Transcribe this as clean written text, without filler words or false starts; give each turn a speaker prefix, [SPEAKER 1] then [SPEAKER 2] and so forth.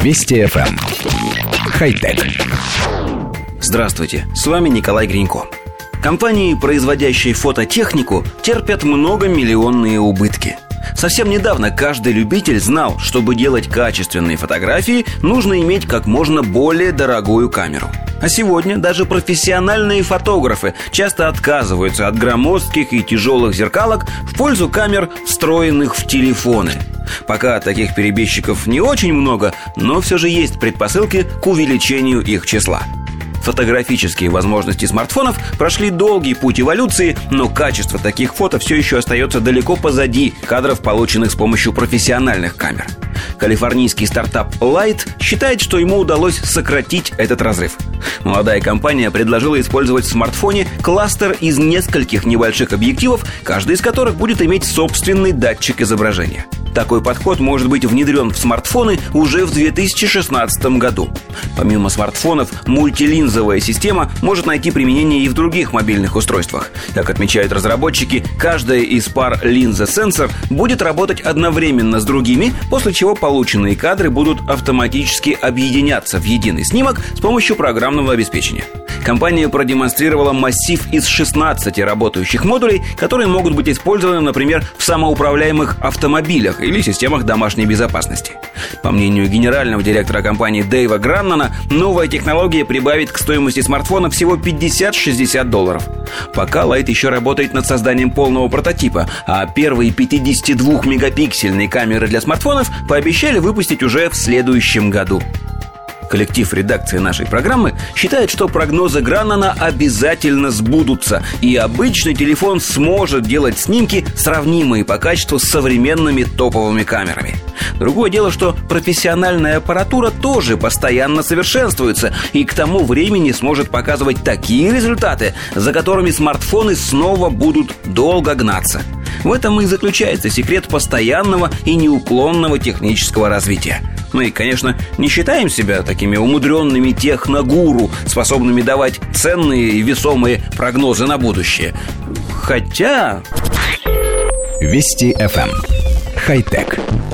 [SPEAKER 1] Вести ФМ. Хай-тек.
[SPEAKER 2] Здравствуйте, с вами Николай Гринько. Компании, производящие фототехнику, терпят многомиллионные убытки. Совсем недавно каждый любитель знал, чтобы делать качественные фотографии, нужно иметь как можно более дорогую камеру. А сегодня даже профессиональные фотографы часто отказываются от громоздких и тяжелых зеркалок в пользу камер, встроенных в телефоны. Пока таких перебежчиков не очень много, но все же есть предпосылки к увеличению их числа. Фотографические возможности смартфонов прошли долгий путь эволюции, но качество таких фото все еще остается далеко позади кадров, полученных с помощью профессиональных камер. Калифорнийский стартап Light считает, что ему удалось сократить этот разрыв. Молодая компания предложила использовать в смартфоне кластер из нескольких небольших объективов, каждый из которых будет иметь собственный датчик изображения. Такой подход может быть внедрен в смартфоны уже в 2016 году. Помимо смартфонов, мультилинзовая система может найти применение и в других мобильных устройствах. Как отмечают разработчики, каждая из пар линза-сенсор будет работать одновременно с другими, после чего полученные кадры будут автоматически объединяться в единый снимок с помощью программного обеспечения. Компания продемонстрировала массив из 16 работающих модулей, которые могут быть использованы, например, в самоуправляемых автомобилях или системах домашней безопасности. По мнению генерального директора компании Дэйва Граннана, новая технология прибавит к стоимости смартфона всего $50-60. Пока Light еще работает над созданием полного прототипа, а первые 52-мегапиксельные камеры для смартфонов пообещали выпустить уже в следующем году. Коллектив редакции нашей программы считает, что прогнозы Граннана обязательно сбудутся, и обычный телефон сможет делать снимки, сравнимые по качеству с современными топовыми камерами. Другое дело, что профессиональная аппаратура тоже постоянно совершенствуется и к тому времени сможет показывать такие результаты, за которыми смартфоны снова будут долго гнаться. В этом и заключается секрет постоянного и неуклонного технического развития. Мы, конечно, не считаем себя такими умудренными техногуру, способными давать ценные и весомые прогнозы на будущее. Хотя...
[SPEAKER 1] Вести ФМ. Хай-тек.